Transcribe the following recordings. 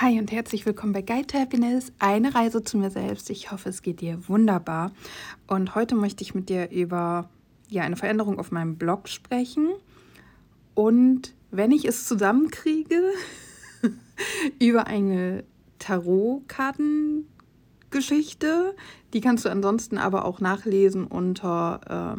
Hi und herzlich willkommen bei Guide to Happiness, eine Reise zu mir selbst. Ich hoffe, es geht dir wunderbar. Und heute möchte ich mit dir über eine Veränderung auf meinem Blog sprechen. Und wenn ich es zusammenkriege, über eine Tarotkartengeschichte. Die kannst du ansonsten aber auch nachlesen unter,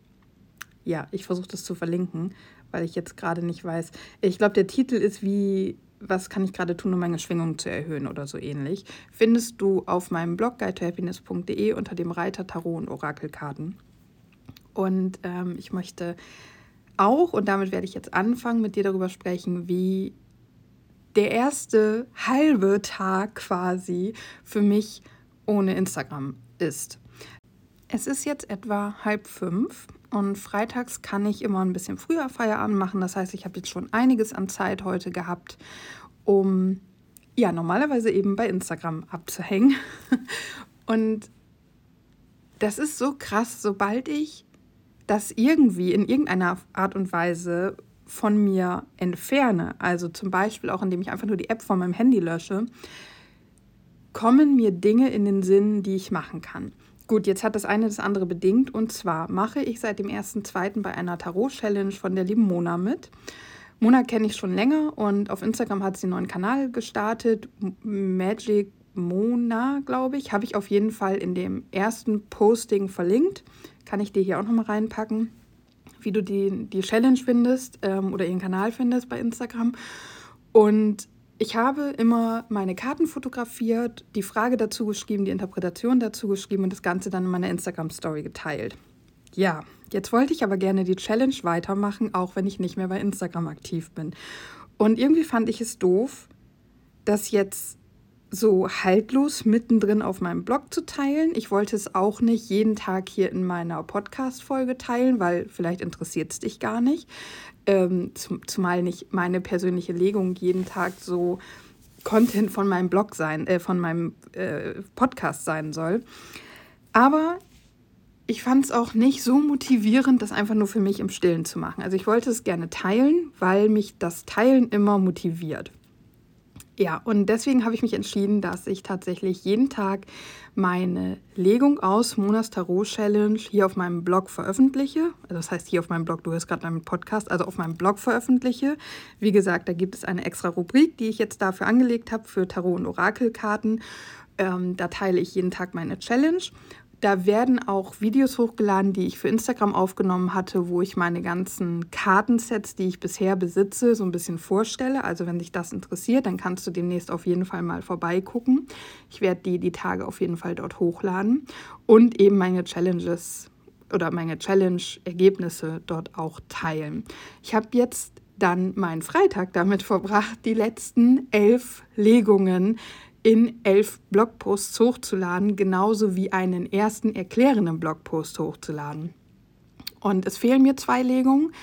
ich versuche das zu verlinken, weil ich jetzt gerade nicht weiß. Ich glaube, der Titel ist was kann ich gerade tun, um meine Schwingung zu erhöhen oder so ähnlich. Findest du auf meinem Blog guidetohappiness.de unter dem Reiter Tarot und Orakelkarten. Und ich möchte auch, und damit werde ich jetzt anfangen, mit dir darüber sprechen, wie der erste halbe Tag quasi für mich ohne Instagram ist. Es ist jetzt etwa 4:30 und freitags kann ich immer ein bisschen früher Feierabend machen. Das heißt, ich habe jetzt schon einiges an Zeit heute gehabt, um normalerweise eben bei Instagram abzuhängen. Und das ist so krass, sobald ich das irgendwie in irgendeiner Art und Weise von mir entferne, also zum Beispiel auch indem ich einfach nur die App von meinem Handy lösche, kommen mir Dinge in den Sinn, die ich machen kann. Gut, jetzt hat das eine das andere bedingt, und zwar mache ich seit dem 1.2. bei einer Tarot-Challenge von der lieben Mona mit. Mona kenne ich schon länger und auf Instagram hat sie einen neuen Kanal gestartet, Magic Mona, glaube ich, habe ich auf jeden Fall in dem ersten Posting verlinkt. Kann ich dir hier auch nochmal reinpacken, wie du die Challenge findest oder ihren Kanal findest bei Instagram. Und ich habe immer meine Karten fotografiert, die Frage dazu geschrieben, die Interpretation dazu geschrieben und das Ganze dann in meiner Instagram-Story geteilt. Ja, jetzt wollte ich aber gerne die Challenge weitermachen, auch wenn ich nicht mehr bei Instagram aktiv bin. Und irgendwie fand ich es doof, das jetzt so haltlos mittendrin auf meinem Blog zu teilen. Ich wollte es auch nicht jeden Tag hier in meiner Podcast-Folge teilen, weil vielleicht interessiert es dich gar nicht. Zumal nicht meine persönliche Legung jeden Tag so Content von meinem Blog von meinem Podcast sein soll. Aber ich fand es auch nicht so motivierend, das einfach nur für mich im Stillen zu machen. Also ich wollte es gerne teilen, weil mich das Teilen immer motiviert. Ja, und deswegen habe ich mich entschieden, dass ich tatsächlich jeden Tag meine Legung aus Monas Tarot Challenge hier auf meinem Blog veröffentliche. Also das heißt hier auf meinem Blog, du hörst gerade meinen Podcast, also auf meinem Blog veröffentliche. Wie gesagt, da gibt es eine extra Rubrik, die ich jetzt dafür angelegt habe, für Tarot- und Orakelkarten. Da teile ich jeden Tag meine Challenge. Da werden auch Videos hochgeladen, die ich für Instagram aufgenommen hatte, wo ich meine ganzen Kartensets, die ich bisher besitze, so ein bisschen vorstelle. Also wenn dich das interessiert, dann kannst du demnächst auf jeden Fall mal vorbeigucken. Ich werde die Tage auf jeden Fall dort hochladen und eben meine Challenges oder meine Challenge-Ergebnisse dort auch teilen. Ich habe jetzt dann meinen Freitag damit verbracht, die letzten 11 Legungen in 11 Blogposts hochzuladen, genauso wie einen ersten erklärenden Blogpost hochzuladen. Und es fehlen mir 2 Legungen,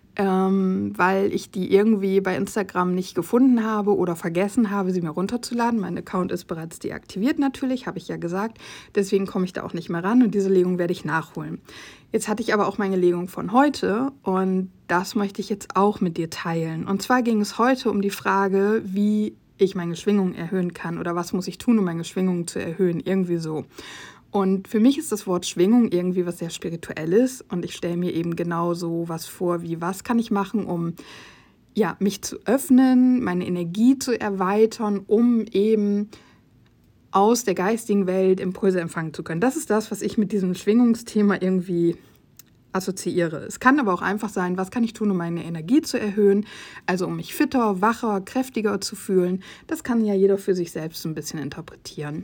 weil ich die irgendwie bei Instagram nicht gefunden habe oder vergessen habe, sie mir runterzuladen. Mein Account ist bereits deaktiviert natürlich, habe ich ja gesagt. Deswegen komme ich da auch nicht mehr ran und diese Legung werde ich nachholen. Jetzt hatte ich aber auch meine Legung von heute und das möchte ich jetzt auch mit dir teilen. Und zwar ging es heute um die Frage, wie ich meine Schwingung erhöhen kann oder was muss ich tun, um meine Schwingung zu erhöhen, irgendwie so. Und für mich ist das Wort Schwingung irgendwie was sehr Spirituelles und ich stelle mir eben genau so was vor, wie was kann ich machen, um mich zu öffnen, meine Energie zu erweitern, um eben aus der geistigen Welt Impulse empfangen zu können. Das ist das, was ich mit diesem Schwingungsthema irgendwie assoziiere. Es kann aber auch einfach sein, was kann ich tun, um meine Energie zu erhöhen, also um mich fitter, wacher, kräftiger zu fühlen. Das kann ja jeder für sich selbst so ein bisschen interpretieren.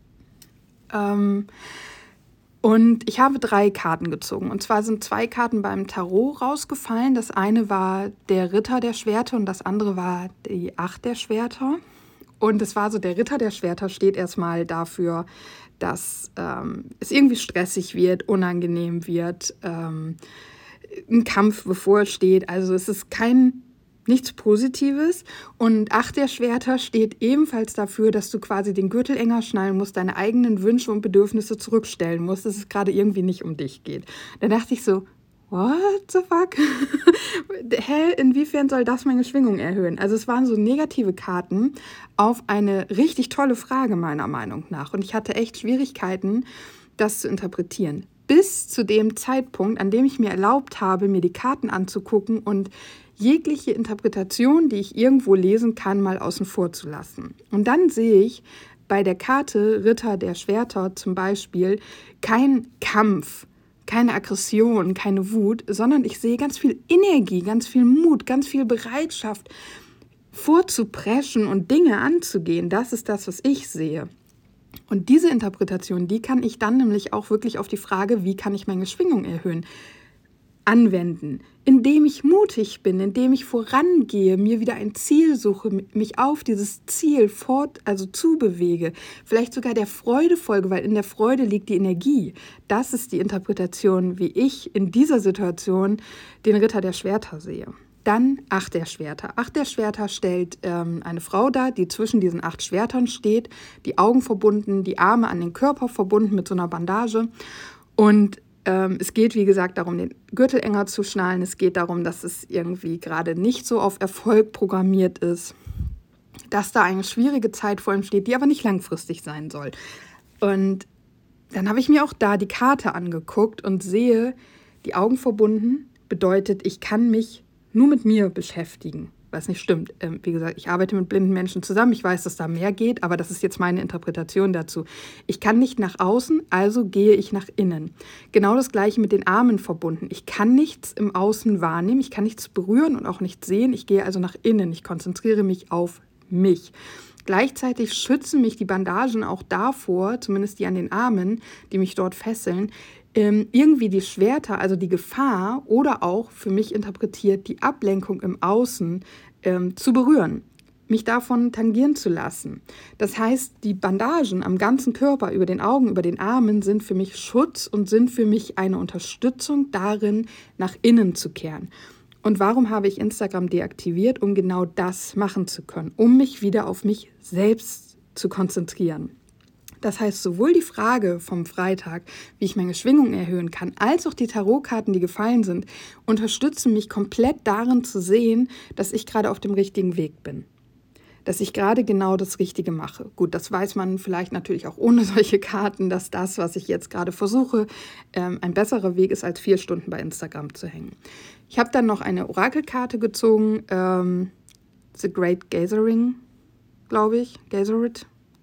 Und ich habe 3 Karten gezogen. Und zwar sind 2 Karten beim Tarot rausgefallen. Das eine war der Ritter der Schwerter und das andere war die 8 der Schwerter. Und es war so, der Ritter der Schwerter steht erstmal dafür, dass es irgendwie stressig wird, unangenehm wird, ein Kampf bevorsteht. Also es ist nichts Positives. Und 8 der Schwerter steht ebenfalls dafür, dass du quasi den Gürtel enger schnallen musst, deine eigenen Wünsche und Bedürfnisse zurückstellen musst, dass es gerade irgendwie nicht um dich geht. Da dachte ich so, what the fuck? Hä, inwiefern soll das meine Schwingung erhöhen? Also es waren so negative Karten auf eine richtig tolle Frage meiner Meinung nach. Und ich hatte echt Schwierigkeiten, das zu interpretieren. Bis zu dem Zeitpunkt, an dem ich mir erlaubt habe, mir die Karten anzugucken und jegliche Interpretation, die ich irgendwo lesen kann, mal außen vor zu lassen. Und dann sehe ich bei der Karte Ritter der Schwerter zum Beispiel kein Kampf, keine Aggression, keine Wut, sondern ich sehe ganz viel Energie, ganz viel Mut, ganz viel Bereitschaft, vorzupreschen und Dinge anzugehen. Das ist das, was ich sehe. Und diese Interpretation, die kann ich dann nämlich auch wirklich auf die Frage, wie kann ich meine Schwingung erhöhen, anwenden, indem ich mutig bin, indem ich vorangehe, mir wieder ein Ziel suche, mich auf dieses Ziel zubewege, vielleicht sogar der Freude folge, weil in der Freude liegt die Energie. Das ist die Interpretation, wie ich in dieser Situation den Ritter der Schwerter sehe. Dann 8 der Schwerter. 8 der Schwerter stellt eine Frau dar, die zwischen diesen 8 Schwertern steht, die Augen verbunden, die Arme an den Körper verbunden mit so einer Bandage. Und es geht, wie gesagt, darum, den Gürtel enger zu schnallen. Es geht darum, dass es irgendwie gerade nicht so auf Erfolg programmiert ist, dass da eine schwierige Zeit vor ihm steht, die aber nicht langfristig sein soll. Und dann habe ich mir auch da die Karte angeguckt und sehe, die Augen verbunden bedeutet, ich kann mich nur mit mir beschäftigen, was nicht stimmt. Wie gesagt, ich arbeite mit blinden Menschen zusammen. Ich weiß, dass da mehr geht, aber das ist jetzt meine Interpretation dazu. Ich kann nicht nach außen, also gehe ich nach innen. Genau das Gleiche mit den Armen verbunden. Ich kann nichts im Außen wahrnehmen, ich kann nichts berühren und auch nichts sehen. Ich gehe also nach innen. Ich konzentriere mich auf mich. Gleichzeitig schützen mich die Bandagen auch davor, zumindest die an den Armen, die mich dort fesseln, irgendwie die Schwerter, also die Gefahr oder auch für mich interpretiert die Ablenkung im Außen zu berühren, mich davon tangieren zu lassen. Das heißt, die Bandagen am ganzen Körper, über den Augen, über den Armen sind für mich Schutz und sind für mich eine Unterstützung darin, nach innen zu kehren. Und warum habe ich Instagram deaktiviert? Um genau das machen zu können, um mich wieder auf mich selbst zu konzentrieren. Das heißt, sowohl die Frage vom Freitag, wie ich meine Schwingung erhöhen kann, als auch die Tarotkarten, die gefallen sind, unterstützen mich komplett darin zu sehen, dass ich gerade auf dem richtigen Weg bin. Dass ich gerade genau das Richtige mache. Gut, das weiß man vielleicht natürlich auch ohne solche Karten, dass das, was ich jetzt gerade versuche, ein besserer Weg ist, als 4 Stunden bei Instagram zu hängen. Ich habe dann noch eine Orakelkarte gezogen, The Great Gathering, glaube ich, Gathered.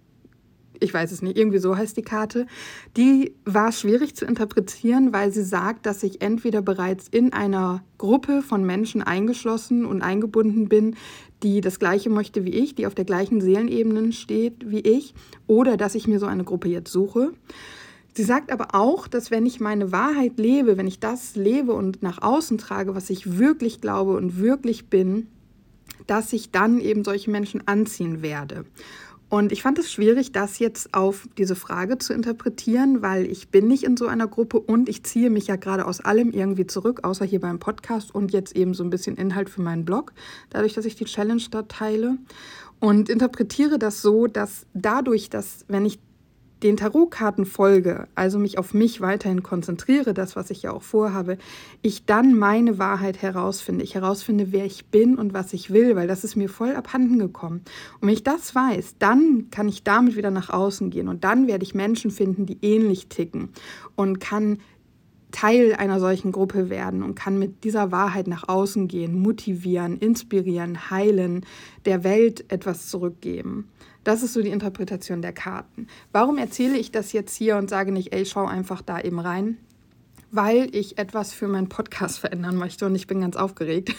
Ich weiß es nicht, irgendwie so heißt die Karte. Die war schwierig zu interpretieren, weil sie sagt, dass ich entweder bereits in einer Gruppe von Menschen eingeschlossen und eingebunden bin, die das Gleiche möchte wie ich, die auf der gleichen Seelenebene steht wie ich, oder dass ich mir so eine Gruppe jetzt suche. Sie sagt aber auch, dass wenn ich meine Wahrheit lebe, wenn ich das lebe und nach außen trage, was ich wirklich glaube und wirklich bin, dass ich dann eben solche Menschen anziehen werde. Und ich fand es schwierig, das jetzt auf diese Frage zu interpretieren, weil ich bin nicht in so einer Gruppe und ich ziehe mich ja gerade aus allem irgendwie zurück, außer hier beim Podcast und jetzt eben so ein bisschen Inhalt für meinen Blog, dadurch, dass ich die Challenge dort teile. Und interpretiere das so, dass dadurch, dass wenn ich den Tarotkarten folge, also mich auf mich weiterhin konzentriere, das, was ich ja auch vorhabe, ich dann meine Wahrheit herausfinde. Ich herausfinde, wer ich bin und was ich will, weil das ist mir voll abhanden gekommen. Und wenn ich das weiß, dann kann ich damit wieder nach außen gehen und dann werde ich Menschen finden, die ähnlich ticken und kann Teil einer solchen Gruppe werden und kann mit dieser Wahrheit nach außen gehen, motivieren, inspirieren, heilen, der Welt etwas zurückgeben. Das ist so die Interpretation der Karten. Warum erzähle ich das jetzt hier und sage nicht, ey, schau einfach da eben rein? Weil ich etwas für meinen Podcast verändern möchte und ich bin ganz aufgeregt.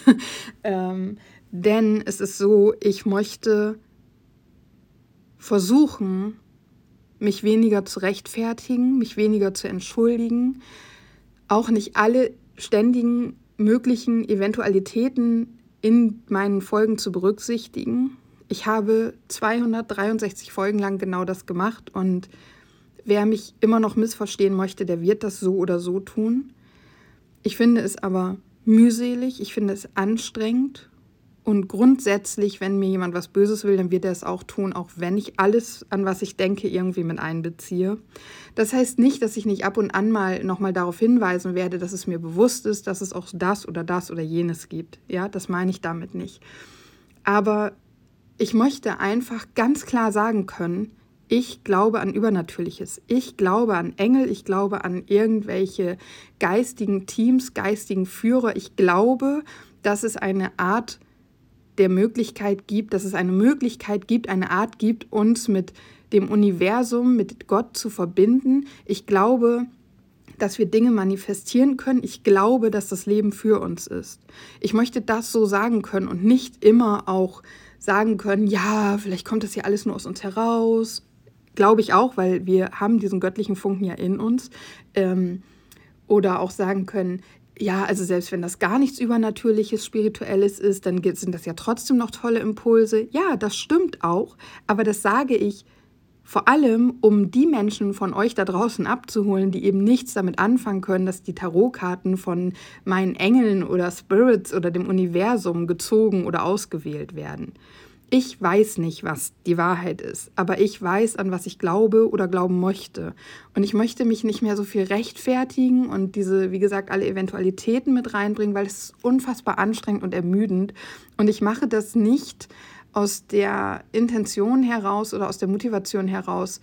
Denn es ist so, ich möchte versuchen, mich weniger zu rechtfertigen, mich weniger zu entschuldigen, auch nicht alle ständigen möglichen Eventualitäten in meinen Folgen zu berücksichtigen. Ich habe 263 Folgen lang genau das gemacht und wer mich immer noch missverstehen möchte, der wird das so oder so tun. Ich finde es aber mühselig, ich finde es anstrengend Und grundsätzlich, wenn mir jemand was Böses will, dann wird er es auch tun, auch wenn ich alles, an was ich denke, irgendwie mit einbeziehe. Das heißt nicht, dass ich nicht ab und an mal nochmal darauf hinweisen werde, dass es mir bewusst ist, dass es auch das oder jenes gibt. Ja, das meine ich damit nicht. Aber ich möchte einfach ganz klar sagen können, ich glaube an Übernatürliches. Ich glaube an Engel, ich glaube an irgendwelche geistigen Teams, geistigen Führer. Ich glaube, dass es eine Art der Möglichkeit gibt, eine Art gibt, uns mit dem Universum, mit Gott zu verbinden. Ich glaube, dass wir Dinge manifestieren können. Ich glaube, dass das Leben für uns ist. Ich möchte das so sagen können und nicht immer auch sagen können, ja, vielleicht kommt das ja alles nur aus uns heraus. Glaube ich auch, weil wir haben diesen göttlichen Funken ja in uns. Oder auch sagen können, ja, also selbst wenn das gar nichts Übernatürliches, Spirituelles ist, dann sind das ja trotzdem noch tolle Impulse. Ja, das stimmt auch, aber das sage ich vor allem, um die Menschen von euch da draußen abzuholen, die eben nichts damit anfangen können, dass die Tarotkarten von meinen Engeln oder Spirits oder dem Universum gezogen oder ausgewählt werden. Ich weiß nicht, was die Wahrheit ist, aber ich weiß, an was ich glaube oder glauben möchte. Und ich möchte mich nicht mehr so viel rechtfertigen und diese, wie gesagt, alle Eventualitäten mit reinbringen, weil es ist unfassbar anstrengend und ermüdend. Und ich mache das nicht aus der Intention heraus oder aus der Motivation heraus,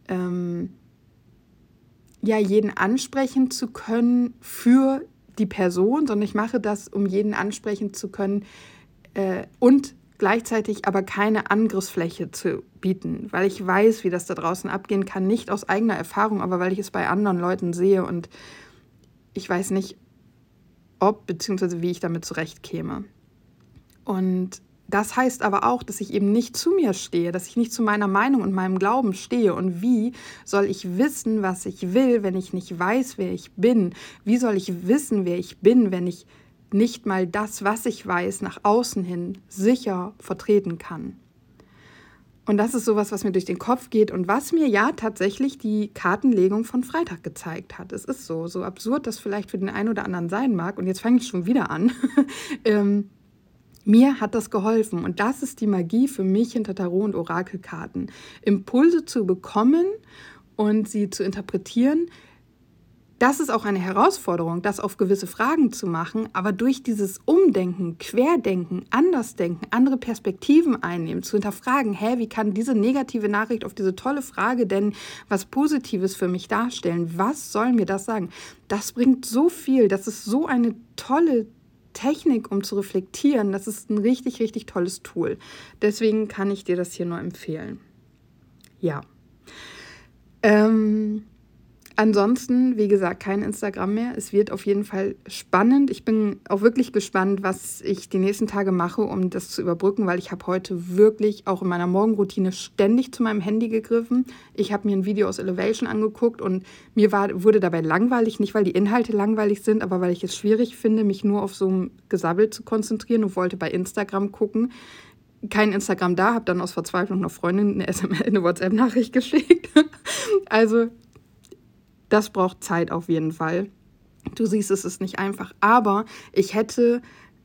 jeden ansprechen zu können für die Person, sondern ich mache das, um jeden ansprechen zu können und gleichzeitig aber keine Angriffsfläche zu bieten, weil ich weiß, wie das da draußen abgehen kann, nicht aus eigener Erfahrung, aber weil ich es bei anderen Leuten sehe und ich weiß nicht, ob bzw. wie ich damit zurechtkäme. Und das heißt aber auch, dass ich eben nicht zu mir stehe, dass ich nicht zu meiner Meinung und meinem Glauben stehe. Und wie soll ich wissen, was ich will, wenn ich nicht weiß, wer ich bin? Wie soll ich wissen, wer ich bin, wenn ich nicht mal das, was ich weiß, nach außen hin sicher vertreten kann? Und das ist sowas, was mir durch den Kopf geht und was mir ja tatsächlich die Kartenlegung von Freitag gezeigt hat. Es ist so absurd das vielleicht für den einen oder anderen sein mag. Und jetzt fange ich schon wieder an. Mir hat das geholfen und das ist die Magie für mich hinter Tarot- und Orakelkarten. Impulse zu bekommen und sie zu interpretieren, das ist auch eine Herausforderung, das auf gewisse Fragen zu machen, aber durch dieses Umdenken, Querdenken, Andersdenken, andere Perspektiven einnehmen, zu hinterfragen, wie kann diese negative Nachricht auf diese tolle Frage denn was Positives für mich darstellen? Was soll mir das sagen? Das bringt so viel, das ist so eine tolle Technik, um zu reflektieren. Das ist ein richtig, richtig tolles Tool. Deswegen kann ich dir das hier nur empfehlen. Ja. Ansonsten, wie gesagt, kein Instagram mehr. Es wird auf jeden Fall spannend. Ich bin auch wirklich gespannt, was ich die nächsten Tage mache, um das zu überbrücken, weil ich habe heute wirklich auch in meiner Morgenroutine ständig zu meinem Handy gegriffen. Ich habe mir ein Video aus Elevation angeguckt und mir wurde dabei langweilig, nicht weil die Inhalte langweilig sind, aber weil ich es schwierig finde, mich nur auf so ein Gesabbel zu konzentrieren und wollte bei Instagram gucken. Kein Instagram da, habe dann aus Verzweiflung einer Freundin eine WhatsApp-Nachricht geschickt. Also das braucht Zeit auf jeden Fall. Du siehst, es ist nicht einfach. Aber ich hätte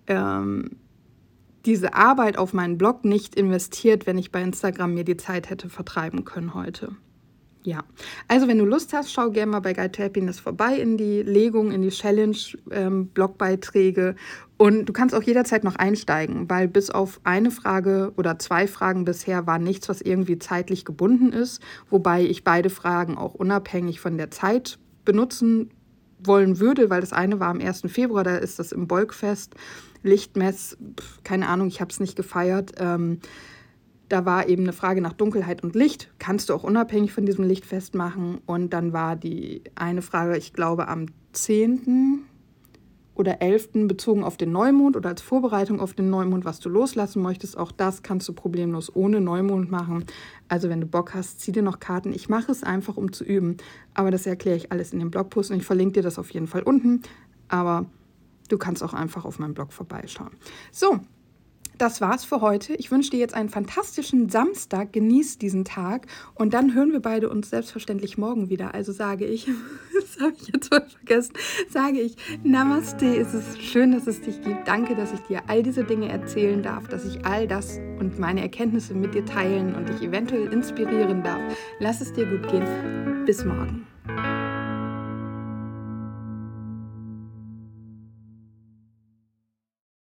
diese Arbeit auf meinen Blog nicht investiert, wenn ich bei Instagram mir die Zeit hätte vertreiben können heute. Ja, also wenn du Lust hast, schau gerne mal bei Guide to Happiness vorbei in die Legung, in die Challenge, Blogbeiträge. Und du kannst auch jederzeit noch einsteigen, weil bis auf eine Frage oder 2 Fragen bisher war nichts, was irgendwie zeitlich gebunden ist. Wobei ich beide Fragen auch unabhängig von der Zeit benutzen wollen würde, weil das eine war am 1. Februar, da ist das im Bolkfest, Lichtmess, keine Ahnung, ich habe es nicht gefeiert. Da war eben eine Frage nach Dunkelheit und Licht. Kannst du auch unabhängig von diesem Lichtfest machen. Und dann war die eine Frage, ich glaube, am 10. oder 11. bezogen auf den Neumond oder als Vorbereitung auf den Neumond, was du loslassen möchtest. Auch das kannst du problemlos ohne Neumond machen. Also wenn du Bock hast, zieh dir noch Karten. Ich mache es einfach, um zu üben. Aber das erkläre ich alles in dem Blogpost und ich verlinke dir das auf jeden Fall unten. Aber du kannst auch einfach auf meinem Blog vorbeischauen. So. Das war's für heute. Ich wünsche dir jetzt einen fantastischen Samstag. Genieß diesen Tag und dann hören wir beide uns selbstverständlich morgen wieder. Also sage ich, das habe ich jetzt voll vergessen, sage ich Namaste, es ist schön, dass es dich gibt. Danke, dass ich dir all diese Dinge erzählen darf, dass ich all das und meine Erkenntnisse mit dir teilen und dich eventuell inspirieren darf. Lass es dir gut gehen. Bis morgen.